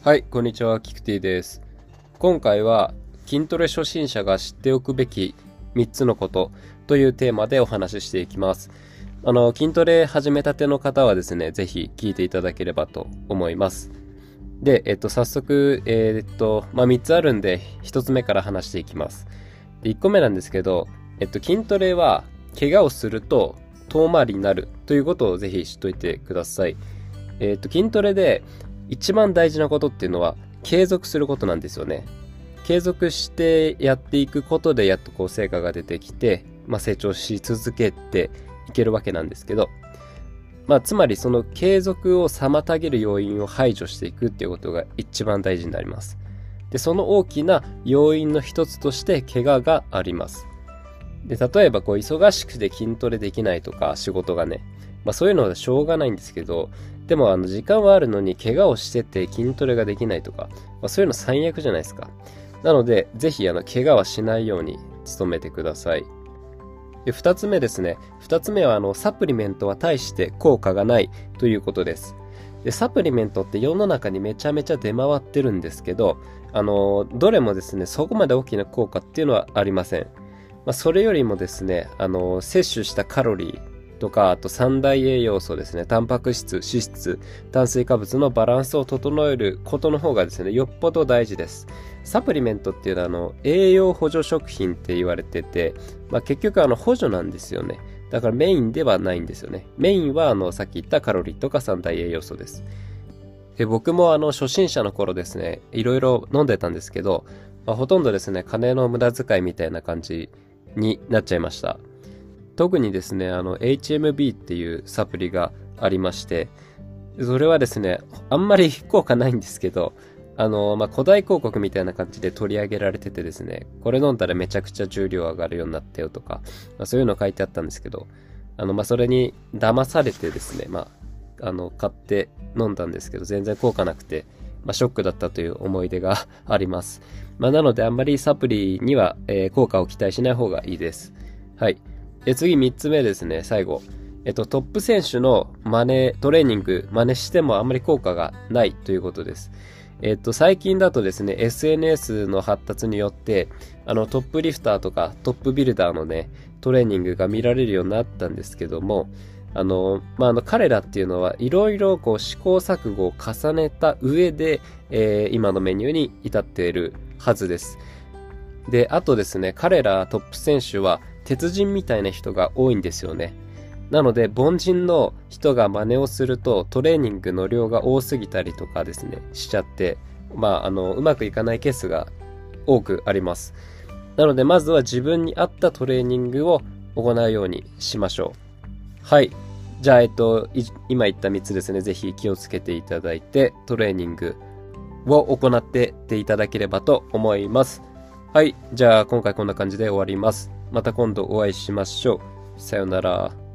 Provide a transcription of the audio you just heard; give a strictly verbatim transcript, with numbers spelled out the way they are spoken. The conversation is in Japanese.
はい、こんにちは、キクティです。今回は筋トレ初心者が知っておくべきみっつのことというテーマでお話ししていきます。あの、筋トレ始めたての方はですね、ぜひ聞いていただければと思います。で、えっと、早速、えーっと、まあ、みっつあるんで、ひとつめから話していきます。で、いっこめなんですけど、えっと、筋トレは怪我をすると遠回りになるということをぜひ知っといてください。えっと、筋トレで一番大事なことっていうのは継続することなんですよね。継続してやっていくことでやっとこう成果が出てきて、まあ、成長し続けていけるわけなんですけど、まあ、つまりその継続を妨げる要因を排除していくっていうことが一番大事になります。で、その大きな要因の一つとして怪我があります。で、例えばこう忙しくて筋トレできないとか仕事がね、まあ、そういうのはしょうがないんですけど、でもあの時間はあるのに怪我をしてて筋トレができないとか、まあ、そういうの最悪じゃないですか。なのでぜひあの怪我はしないように努めてください。で、二つ目ですね。二つ目はあのサプリメントは大して効果がないということです。で、サプリメントって世の中にめちゃめちゃ出回ってるんですけど、あのどれもですねそこまで大きな効果っていうのはありません。まあ、それよりもですね、あの摂取したカロリーとか、あと三大栄養素ですね、タンパク質、脂質、炭水化物のバランスを整えることの方がですね、よっぽど大事です。サプリメントっていうのはあの栄養補助食品って言われてて、まあ、結局あの補助なんですよね。だからメインではないんですよね。メインはあのさっき言ったカロリーとか三大栄養素です。で、僕もあの初心者の頃ですね、いろいろ飲んでたんですけど、まあ、ほとんどですね、金の無駄遣いみたいな感じになっちゃいました。特にですね、あの エイチエムビー っていうサプリがありまして、それはですね、あんまり効果ないんですけど、あの、まあ、古代広告みたいな感じで取り上げられててですね、これ飲んだらめちゃくちゃ重量上がるようになったよとか、まあ、そういうの書いてあったんですけど、あの、まあ、それに騙されてですね、まあ、あの、買って飲んだんですけど、全然効果なくて、まあ、ショックだったという思い出があります。まあ、なのであんまりサプリには、えー、効果を期待しない方がいいです。はい。え次みっつめですね、最後。えっと、トップ選手の真似、トレーニング、真似してもあんまり効果がないということです。えっと、最近だとですね、エスエヌエス の発達によって、あの、トップリフターとかトップビルダーのね、トレーニングが見られるようになったんですけども、あの、まあ、あの、彼らっていうのはいろいろこう試行錯誤を重ねた上で、えー、今のメニューに至っているはずです。で、あとですね、彼らトップ選手は鉄人みたいな人が多いんですよね。なので、凡人の人が真似をするとトレーニングの量が多すぎたりとかですね、しちゃって、まあ、あの、うまくいかないケースが多くあります。なので、まずは自分に合ったトレーニングを行うようにしましょう。はい。じゃあ、えっと、今言ったみっつですね、ぜひ気をつけていただいて、トレーニングを行ってっていただければと思います。はい。じゃあ、今回こんな感じで終わります。また今度お会いしましょう。さよなら。